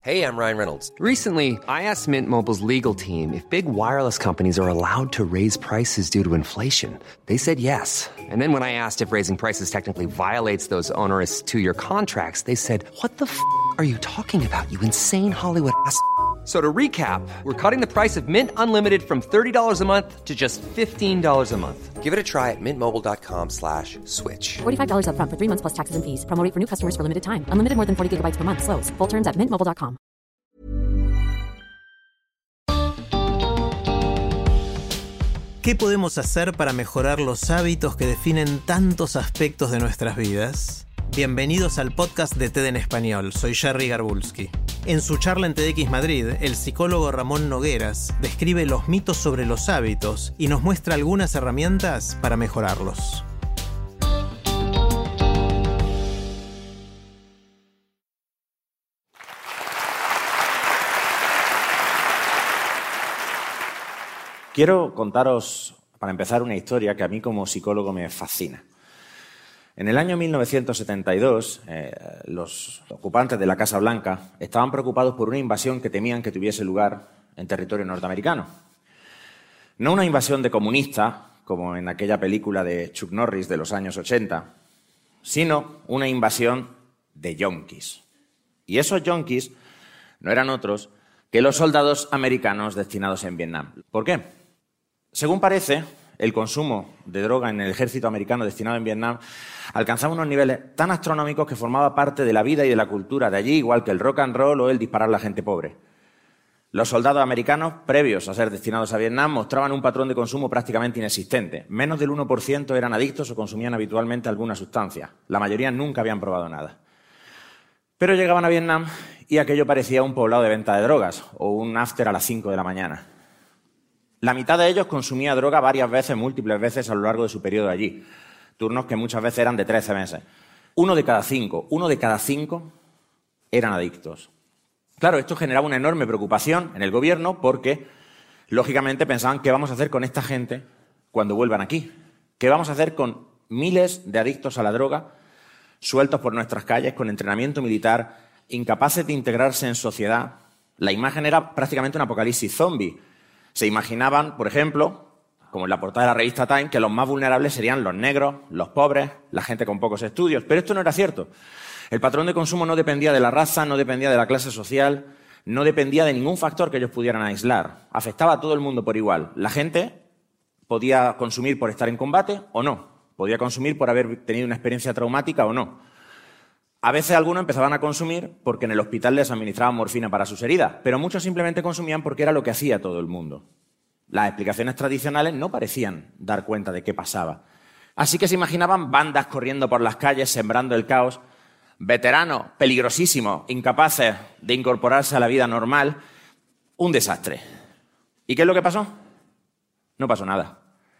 Hey, I'm Ryan Reynolds. Recently, I asked Mint Mobile's legal team if big wireless companies are allowed to raise prices due to inflation. They said yes. And then when I asked if raising prices technically violates those onerous two-year contracts, they said, "What the f*** are you talking about, you insane Hollywood ass?" So to recap, we're cutting the price of Mint Unlimited from $30 a month to just $15 a month. Give it a try at mintmobile.com/switch. $45 up front for 3 months plus taxes and fees. Promo rate for new customers for limited time. Unlimited more than 40 gigabytes per month. Slows full terms at mintmobile.com. ¿Qué podemos hacer para mejorar los hábitos que definen tantos aspectos de nuestras vidas? Bienvenidos al podcast de TED en Español. Soy Jerry Garbulski. En su charla en TEDx Madrid, el psicólogo Ramón Nogueras describe los mitos sobre los hábitos y nos muestra algunas herramientas para mejorarlos. Quiero contaros, para empezar, una historia que a mí como psicólogo me fascina. En el año 1972, los ocupantes de la Casa Blanca estaban preocupados por una invasión que temían que tuviese lugar en territorio norteamericano. No una invasión de comunistas, como en aquella película de Chuck Norris de los años 80, sino una invasión de yonkis. Y esos yonkis no eran otros que los soldados americanos destinados en Vietnam. ¿Por qué? Según parece, el consumo de droga en el ejército americano destinado en Vietnam alcanzaba unos niveles tan astronómicos que formaba parte de la vida y de la cultura de allí, igual que el rock and roll o el disparar a la gente pobre. Los soldados americanos, previos a ser destinados a Vietnam, mostraban un patrón de consumo prácticamente inexistente. Menos del 1% eran adictos o consumían habitualmente alguna sustancia. La mayoría nunca habían probado nada. Pero llegaban a Vietnam y aquello parecía un poblado de venta de drogas o un after a las 5 de la mañana. La mitad de ellos consumía droga varias veces, múltiples veces a lo largo de su periodo allí. Turnos que muchas veces eran de 13 meses. Uno de cada cinco eran adictos. Claro, esto generaba una enorme preocupación en el gobierno porque, lógicamente, pensaban qué vamos a hacer con esta gente cuando vuelvan aquí. ¿Qué vamos a hacer con miles de adictos a la droga sueltos por nuestras calles, con entrenamiento militar, incapaces de integrarse en sociedad? La imagen era prácticamente un apocalipsis zombie. Se imaginaban, por ejemplo, como en la portada de la revista Time, que los más vulnerables serían los negros, los pobres, la gente con pocos estudios. Pero esto no era cierto. El patrón de consumo no dependía de la raza, no dependía de la clase social, no dependía de ningún factor que ellos pudieran aislar. Afectaba a todo el mundo por igual. La gente podía consumir por estar en combate o no. Podía consumir por haber tenido una experiencia traumática o no. A veces algunos empezaban a consumir porque en el hospital les administraban morfina para sus heridas, pero muchos simplemente consumían porque era lo que hacía todo el mundo. Las explicaciones tradicionales no parecían dar cuenta de qué pasaba. Así que se imaginaban bandas corriendo por las calles, sembrando el caos, veteranos peligrosísimos, incapaces de incorporarse a la vida normal. Un desastre. ¿Y qué es lo que pasó? No pasó nada.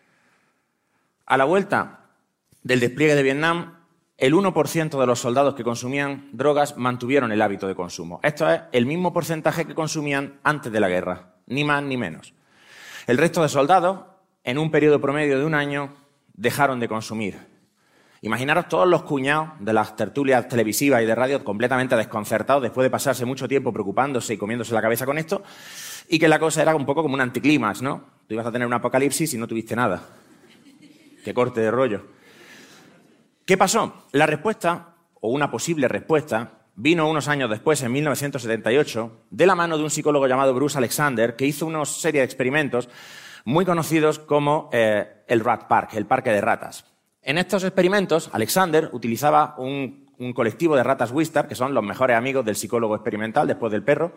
A la vuelta del despliegue de Vietnam, el 1% de los soldados que consumían drogas mantuvieron el hábito de consumo. Esto es el mismo porcentaje que consumían antes de la guerra, ni más ni menos. El resto de soldados, en un periodo promedio de un año, dejaron de consumir. Imaginaros todos los cuñados de las tertulias televisivas y de radio completamente desconcertados después de pasarse mucho tiempo preocupándose y comiéndose la cabeza con esto, y que la cosa era un poco como un anticlímax, ¿no? Tú ibas a tener un apocalipsis y no tuviste nada. ¡Qué corte de rollo! ¿Qué pasó? La respuesta, o una posible respuesta, vino unos años después, en 1978, de la mano de un psicólogo llamado Bruce Alexander, que hizo una serie de experimentos muy conocidos como el Rat Park, el parque de ratas. En estos experimentos, Alexander utilizaba un colectivo de ratas Wistar, que son los mejores amigos del psicólogo experimental después del perro,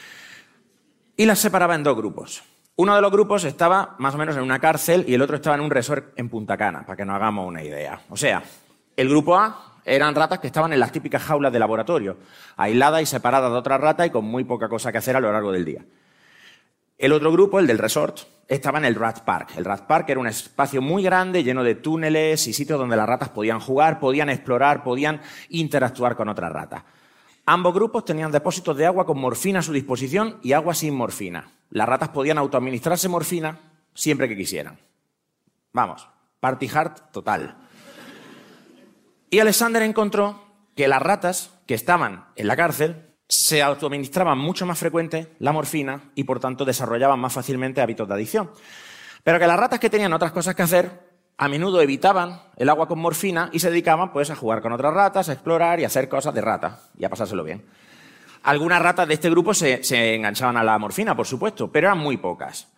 y las separaba en dos grupos. Uno de los grupos estaba más o menos en una cárcel y el otro estaba en un resort en Punta Cana, para que nos hagamos una idea. O sea, el grupo A eran ratas que estaban en las típicas jaulas de laboratorio, aisladas y separadas de otras ratas y con muy poca cosa que hacer a lo largo del día. El otro grupo, el del resort, estaba en el Rat Park. El Rat Park era un espacio muy grande, lleno de túneles y sitios donde las ratas podían jugar, podían explorar, podían interactuar con otras ratas. Ambos grupos tenían depósitos de agua con morfina a su disposición y agua sin morfina. Las ratas podían autoadministrarse morfina siempre que quisieran. Vamos, party hard total. Y Alexander encontró que las ratas que estaban en la cárcel se autoadministraban mucho más frecuente la morfina y, por tanto, desarrollaban más fácilmente hábitos de adicción. Pero que las ratas que tenían otras cosas que hacer, a menudo evitaban el agua con morfina y se dedicaban pues, a jugar con otras ratas, a explorar y a hacer cosas de rata y a pasárselo bien. Algunas ratas de este grupo se enganchaban a la morfina, por supuesto, pero eran muy pocas.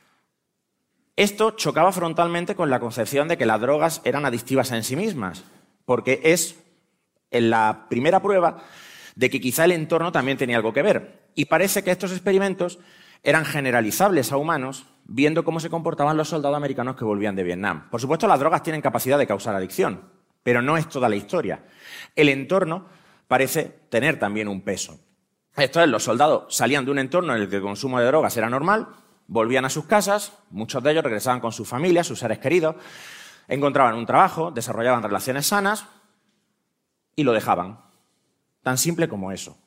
Esto chocaba frontalmente con la concepción de que las drogas eran adictivas en sí mismas, porque es en la primera prueba de que quizá el entorno también tenía algo que ver. Y parece que estos experimentos eran generalizables a humanos, viendo cómo se comportaban los soldados americanos que volvían de Vietnam. Por supuesto, las drogas tienen capacidad de causar adicción, pero no es toda la historia. El entorno parece tener también un peso. Esto es, los soldados salían de un entorno en el que el consumo de drogas era normal, volvían a sus casas, muchos de ellos regresaban con sus familias, sus seres queridos, encontraban un trabajo, desarrollaban relaciones sanas y lo dejaban. Tan simple como eso.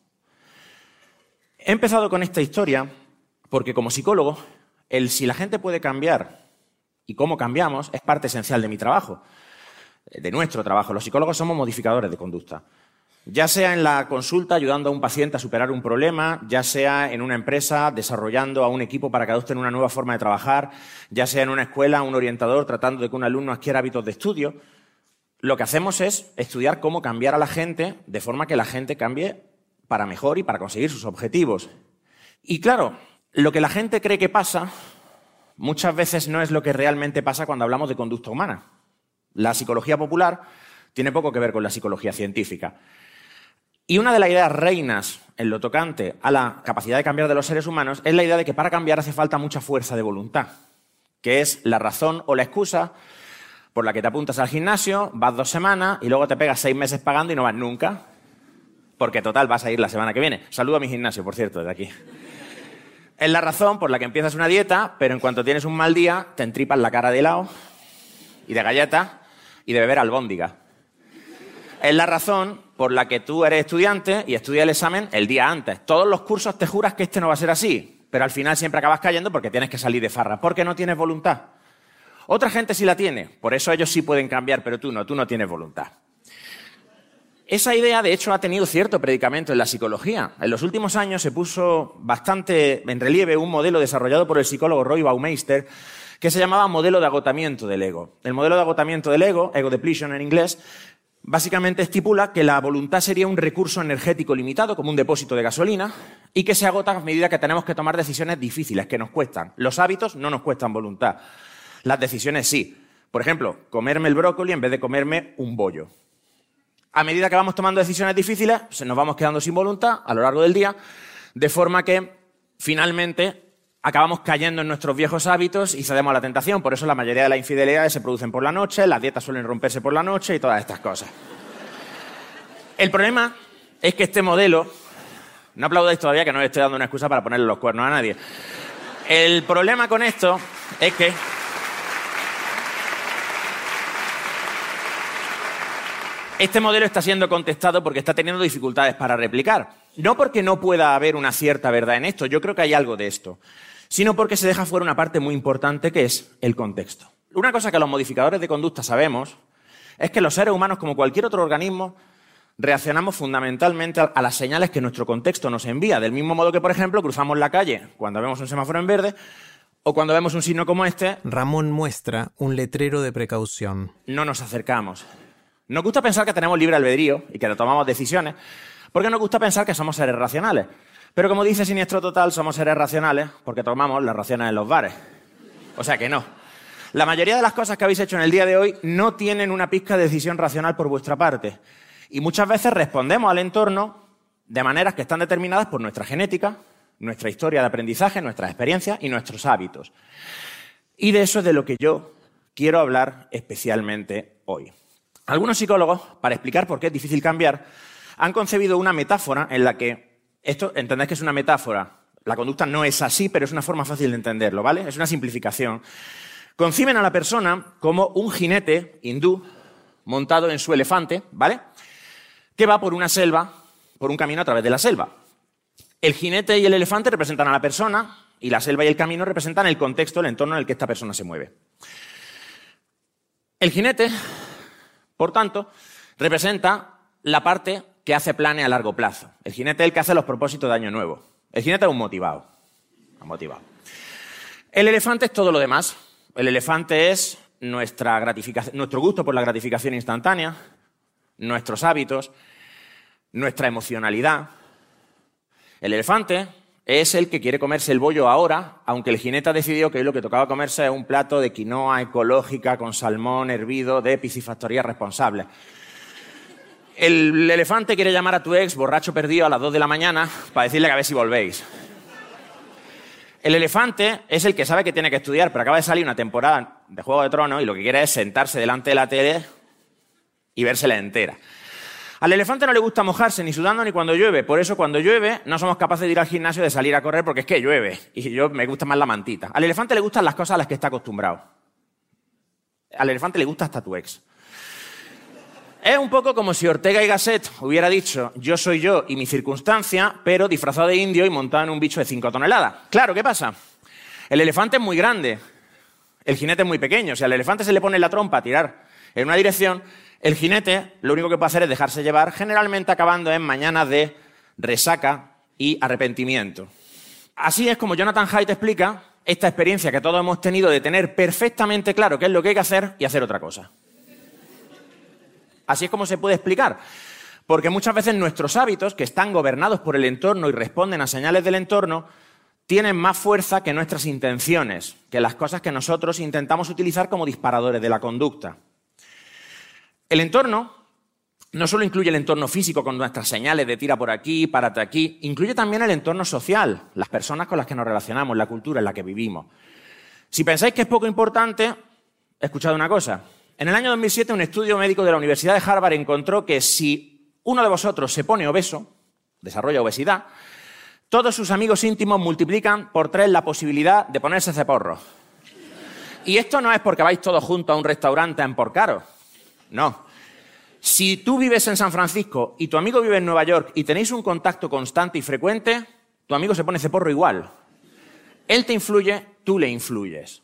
He empezado con esta historia porque como psicólogo, el si la gente puede cambiar y cómo cambiamos es parte esencial de mi trabajo, de nuestro trabajo. Los psicólogos somos modificadores de conducta. Ya sea en la consulta ayudando a un paciente a superar un problema, ya sea en una empresa desarrollando a un equipo para que adopten una nueva forma de trabajar, ya sea en una escuela un orientador tratando de que un alumno adquiera hábitos de estudio, lo que hacemos es estudiar cómo cambiar a la gente de forma que la gente cambie para mejor y para conseguir sus objetivos. Y claro, lo que la gente cree que pasa muchas veces no es lo que realmente pasa cuando hablamos de conducta humana. La psicología popular tiene poco que ver con la psicología científica. Y una de las ideas reinas en lo tocante a la capacidad de cambiar de los seres humanos es la idea de que para cambiar hace falta mucha fuerza de voluntad, que es la razón o la excusa por la que te apuntas al gimnasio, vas 2 semanas y luego te pegas 6 meses pagando y no vas nunca, porque total vas a ir la semana que viene. Saludo a mi gimnasio, por cierto, desde aquí. Es la razón por la que empiezas una dieta, pero en cuanto tienes un mal día, te entripas la cara de helado y de galletas y de beber albóndiga. Es la razón por la que tú eres estudiante y estudias el examen el día antes. Todos los cursos te juras que este no va a ser así, pero al final siempre acabas cayendo porque tienes que salir de farra, porque no tienes voluntad. Otra gente sí la tiene, por eso ellos sí pueden cambiar, pero tú no tienes voluntad. Esa idea, de hecho, ha tenido cierto predicamento en la psicología. En los últimos años se puso bastante en relieve un modelo desarrollado por el psicólogo Roy Baumeister que se llamaba modelo de agotamiento del ego. El modelo de agotamiento del ego, ego depletion en inglés, básicamente estipula que la voluntad sería un recurso energético limitado, como un depósito de gasolina, y que se agota a medida que tenemos que tomar decisiones difíciles, que nos cuestan. Los hábitos no nos cuestan voluntad. Las decisiones sí. Por ejemplo, comerme el brócoli en vez de comerme un bollo. A medida que vamos tomando decisiones difíciles, nos vamos quedando sin voluntad a lo largo del día, de forma que finalmente acabamos cayendo en nuestros viejos hábitos y cedemos a la tentación. Por eso la mayoría de las infidelidades se producen por la noche, las dietas suelen romperse por la noche y todas estas cosas. El problema es que este modelo... No aplaudáis todavía, que no os estoy dando una excusa para ponerle los cuernos a nadie. El problema con esto es que... Este modelo está siendo contestado porque está teniendo dificultades para replicar. No porque no pueda haber una cierta verdad en esto, yo creo que hay algo de esto, sino porque se deja fuera una parte muy importante que es el contexto. Una cosa que los modificadores de conducta sabemos es que los seres humanos, como cualquier otro organismo, reaccionamos fundamentalmente a las señales que nuestro contexto nos envía. Del mismo modo que, por ejemplo, cruzamos la calle cuando vemos un semáforo en verde o cuando vemos un signo como este. Ramón muestra un letrero de precaución. No nos acercamos. Nos gusta pensar que tenemos libre albedrío y que tomamos decisiones, porque nos gusta pensar que somos seres racionales. Pero como dice Siniestro Total, somos seres racionales porque tomamos las raciones en los bares. O sea que no. La mayoría de las cosas que habéis hecho en el día de hoy no tienen una pizca de decisión racional por vuestra parte. Y muchas veces respondemos al entorno de maneras que están determinadas por nuestra genética, nuestra historia de aprendizaje, nuestras experiencias y nuestros hábitos. Y de eso es de lo que yo quiero hablar especialmente hoy. Algunos psicólogos, para explicar por qué es difícil cambiar, han concebido una metáfora en la que, esto entendéis que es una metáfora, la conducta no es así, pero es una forma fácil de entenderlo, ¿vale? Es una simplificación. Conciben a la persona como un jinete hindú montado en su elefante, ¿vale? Que va por una selva, por un camino a través de la selva. El jinete y el elefante representan a la persona y la selva y el camino representan el contexto, el entorno en el que esta persona se mueve. El jinete, por tanto, representa la parte que hace planes a largo plazo. El jinete es el que hace los propósitos de año nuevo. El jinete es un motivado. El elefante es todo lo demás. El elefante es nuestro gusto por la gratificación instantánea, nuestros hábitos, nuestra emocionalidad. El elefante es el que quiere comerse el bollo ahora, aunque el jinete ha decidido que hoy lo que tocaba comerse es un plato de quinoa ecológica con salmón hervido de piscifactoría responsable. El elefante quiere llamar a tu ex borracho perdido a las 2 de la mañana para decirle que a ver si volvéis. El elefante es el que sabe que tiene que estudiar, pero acaba de salir una temporada de Juego de Tronos y lo que quiere es sentarse delante de la tele y vérsela entera. Al elefante no le gusta mojarse ni sudando ni cuando llueve. Por eso cuando llueve no somos capaces de ir al gimnasio, de salir a correr, porque es que llueve. Y me gusta más la mantita. Al elefante le gustan las cosas a las que está acostumbrado. Al elefante le gusta hasta tu ex. Es un poco como si Ortega y Gasset hubiera dicho yo soy yo y mi circunstancia, pero disfrazado de indio y montado en un bicho de 5 toneladas. Claro, ¿qué pasa? El elefante es muy grande, el jinete es muy pequeño. Si al elefante se le pone la trompa a tirar en una dirección, el jinete lo único que puede hacer es dejarse llevar, generalmente acabando en mañanas de resaca y arrepentimiento. Así es como Jonathan Haidt explica esta experiencia que todos hemos tenido de tener perfectamente claro qué es lo que hay que hacer y hacer otra cosa. Así es como se puede explicar, porque muchas veces nuestros hábitos, que están gobernados por el entorno y responden a señales del entorno, tienen más fuerza que nuestras intenciones, que las cosas que nosotros intentamos utilizar como disparadores de la conducta. El entorno no solo incluye el entorno físico con nuestras señales de tira por aquí, párate aquí, incluye también el entorno social, las personas con las que nos relacionamos, la cultura en la que vivimos. Si pensáis que es poco importante, escuchad una cosa. En el año 2007, un estudio médico de la Universidad de Harvard encontró que si uno de vosotros se pone obeso, desarrolla obesidad, todos sus amigos íntimos multiplican por 3 la posibilidad de ponerse ceporros. Y esto no es porque vais todos juntos a un restaurante a emporcaros. No. Si tú vives en San Francisco y tu amigo vive en Nueva York y tenéis un contacto constante y frecuente, tu amigo se pone ceporro igual. Él te influye, tú le influyes.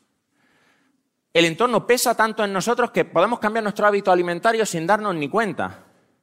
El entorno pesa tanto en nosotros que podemos cambiar nuestro hábito alimentario sin darnos ni cuenta.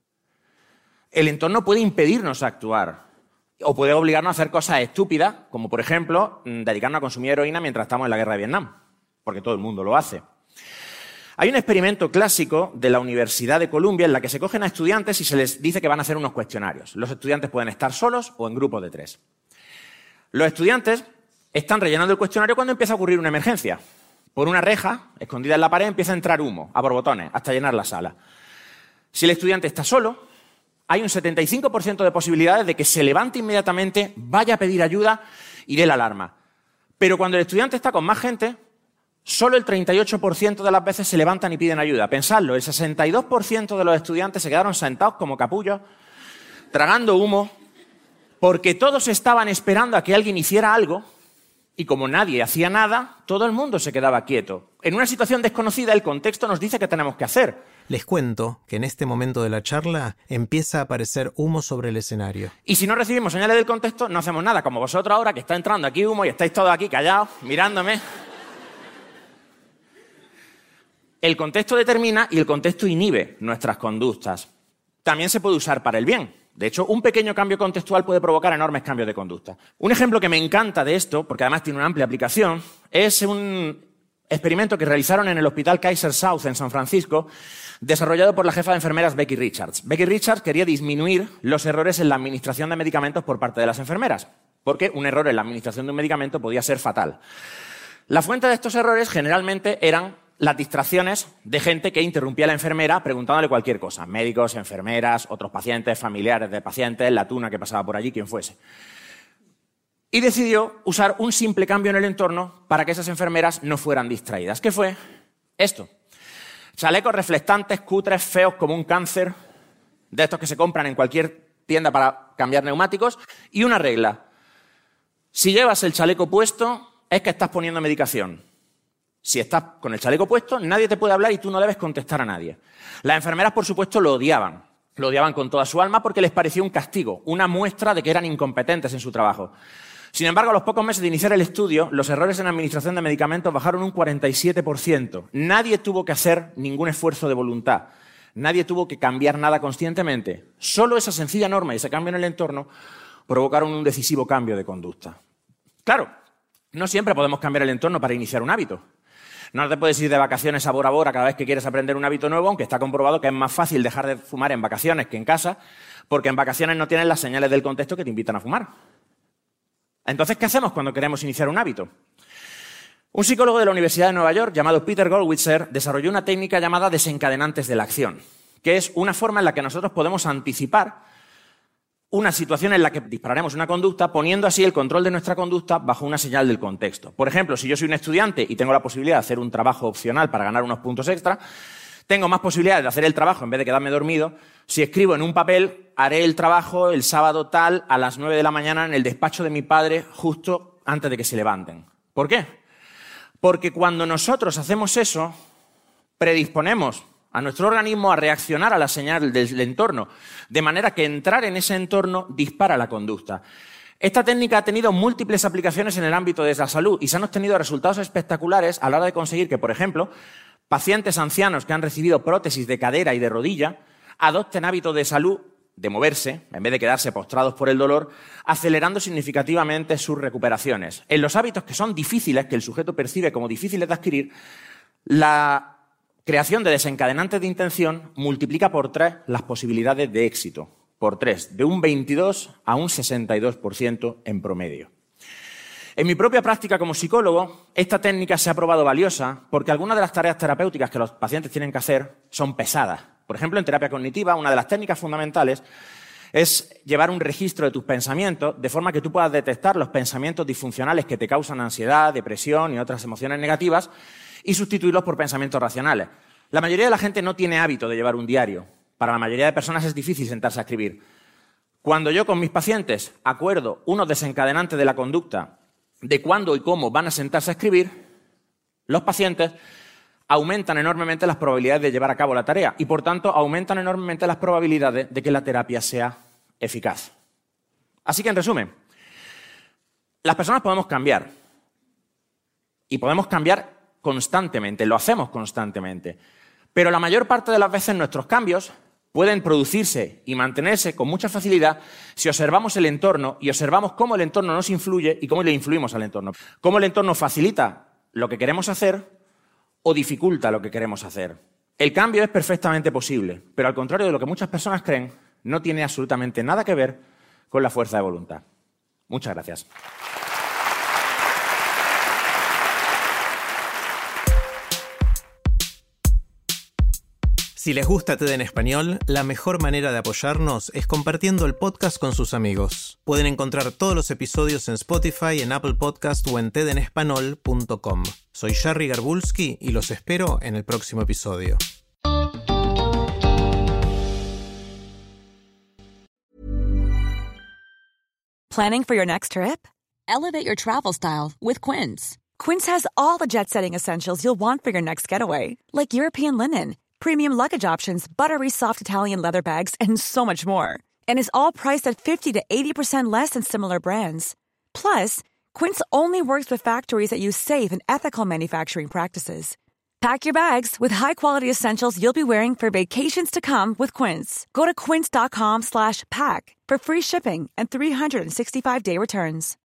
El entorno puede impedirnos actuar o puede obligarnos a hacer cosas estúpidas, como por ejemplo dedicarnos a consumir heroína mientras estamos en la guerra de Vietnam, porque todo el mundo lo hace. Hay un experimento clásico de la Universidad de Columbia en la que se cogen a estudiantes y se les dice que van a hacer unos cuestionarios. Los estudiantes pueden estar solos o en grupos de 3. Los estudiantes están rellenando el cuestionario cuando empieza a ocurrir una emergencia. Por una reja, escondida en la pared, empieza a entrar humo, a borbotones, hasta llenar la sala. Si el estudiante está solo, hay un 75% de posibilidades de que se levante inmediatamente, vaya a pedir ayuda y dé la alarma. Pero cuando el estudiante está con más gente, solo el 38% de las veces se levantan y piden ayuda. Pensadlo, el 62% de los estudiantes se quedaron sentados como capullos, tragando humo, porque todos estaban esperando a que alguien hiciera algo. Y como nadie hacía nada, todo el mundo se quedaba quieto. En una situación desconocida, el contexto nos dice qué tenemos que hacer. Les cuento que en este momento de la charla empieza a aparecer humo sobre el escenario. Y si no recibimos señales del contexto, no hacemos nada. Como vosotros ahora, que está entrando aquí humo y estáis todos aquí callados, mirándome. El contexto determina y el contexto inhibe nuestras conductas. También se puede usar para el bien. De hecho, un pequeño cambio contextual puede provocar enormes cambios de conducta. Un ejemplo que me encanta de esto, porque además tiene una amplia aplicación, es un experimento que realizaron en el Hospital Kaiser South en San Francisco, desarrollado por la jefa de enfermeras Becky Richards. Becky Richards quería disminuir los errores en la administración de medicamentos por parte de las enfermeras, porque un error en la administración de un medicamento podía ser fatal. La fuente de estos errores generalmente eran las distracciones de gente que interrumpía a la enfermera preguntándole cualquier cosa. Médicos, enfermeras, otros pacientes, familiares de pacientes, la tuna que pasaba por allí, quien fuese. Y decidió usar un simple cambio en el entorno para que esas enfermeras no fueran distraídas. ¿Qué fue? Esto. Chalecos reflectantes, cutres, feos como un cáncer, de estos que se compran en cualquier tienda para cambiar neumáticos, y una regla. Si llevas el chaleco puesto, es que estás poniendo medicación. Si estás con el chaleco puesto, nadie te puede hablar y tú no debes contestar a nadie. Las enfermeras, por supuesto, lo odiaban. Lo odiaban con toda su alma porque les parecía un castigo, una muestra de que eran incompetentes en su trabajo. Sin embargo, a los pocos meses de iniciar el estudio, los errores en administración de medicamentos bajaron un 47%. Nadie tuvo que hacer ningún esfuerzo de voluntad. nadie tuvo que cambiar nada conscientemente. Solo esa sencilla norma y ese cambio en el entorno provocaron un decisivo cambio de conducta. Claro, no siempre podemos cambiar el entorno para iniciar un hábito. No te puedes ir de vacaciones a Bora Bora cada vez que quieres aprender un hábito nuevo, aunque está comprobado que es más fácil dejar de fumar en vacaciones que en casa, porque en vacaciones no tienes las señales del contexto que te invitan a fumar. Entonces, ¿qué hacemos cuando queremos iniciar un hábito? Un psicólogo de la Universidad de Nueva York llamado Peter Goldwitzer desarrolló una técnica llamada desencadenantes de la acción, que es una forma en la que nosotros podemos anticipar una situación en la que dispararemos una conducta, poniendo así el control de nuestra conducta bajo una señal del contexto. Por ejemplo, si yo soy un estudiante y tengo la posibilidad de hacer un trabajo opcional para ganar unos puntos extra, tengo más posibilidades de hacer el trabajo en vez de quedarme dormido. Si escribo en un papel, haré el trabajo el sábado tal a las 9 de la mañana en el despacho de mi padre justo antes de que se levanten. ¿Por qué? Porque cuando nosotros hacemos eso, predisponemos a nuestro organismo a reaccionar a la señal del entorno, de manera que entrar en ese entorno dispara la conducta. Esta técnica ha tenido múltiples aplicaciones en el ámbito de la salud y se han obtenido resultados espectaculares a la hora de conseguir que, por ejemplo, pacientes ancianos que han recibido prótesis de cadera y de rodilla adopten hábitos de salud de moverse, en vez de quedarse postrados por el dolor, acelerando significativamente sus recuperaciones. En los hábitos que son difíciles, que el sujeto percibe como difíciles de adquirir, la creación de desencadenantes de intención multiplica por 3 las posibilidades de éxito, por 3, de un 22 a un 62% en promedio. En mi propia práctica como psicólogo, esta técnica se ha probado valiosa porque algunas de las tareas terapéuticas que los pacientes tienen que hacer son pesadas. Por ejemplo, en terapia cognitiva, una de las técnicas fundamentales es llevar un registro de tus pensamientos de forma que tú puedas detectar los pensamientos disfuncionales que te causan ansiedad, depresión y otras emociones negativas y sustituirlos por pensamientos racionales. La mayoría de la gente no tiene hábito de llevar un diario. Para la mayoría de personas es difícil sentarse a escribir. Cuando yo con mis pacientes acuerdo unos desencadenantes de la conducta de cuándo y cómo van a sentarse a escribir, los pacientes aumentan enormemente las probabilidades de llevar a cabo la tarea y, por tanto, aumentan enormemente las probabilidades de que la terapia sea eficaz. Así que, en resumen, las personas podemos cambiar y podemos cambiar constantemente, lo hacemos constantemente, pero la mayor parte de las veces nuestros cambios pueden producirse y mantenerse con mucha facilidad si observamos el entorno y observamos cómo el entorno nos influye y cómo le influimos al entorno. Cómo el entorno facilita lo que queremos hacer o dificulta lo que queremos hacer. El cambio es perfectamente posible, pero al contrario de lo que muchas personas creen, no tiene absolutamente nada que ver con la fuerza de voluntad. Muchas gracias. Si les gusta TED en español, la mejor manera de apoyarnos es compartiendo el podcast con sus amigos. Pueden encontrar todos los episodios en Spotify, en Apple Podcast o en tedenespanol.com. Soy Jerry Garbulski y los espero en el próximo episodio. Planning for your next trip? Elevate your travel style with Quince. Quince has all the jet-setting essentials you'll want for your next getaway, like European linen, premium luggage options, buttery soft Italian leather bags, and so much more. And is all priced at 50 to 80% less than similar brands. Plus, Quince only works with factories that use safe and ethical manufacturing practices. Pack your bags with high-quality essentials you'll be wearing for vacations to come with Quince. Go to quince.com/pack for free shipping and 365-day returns.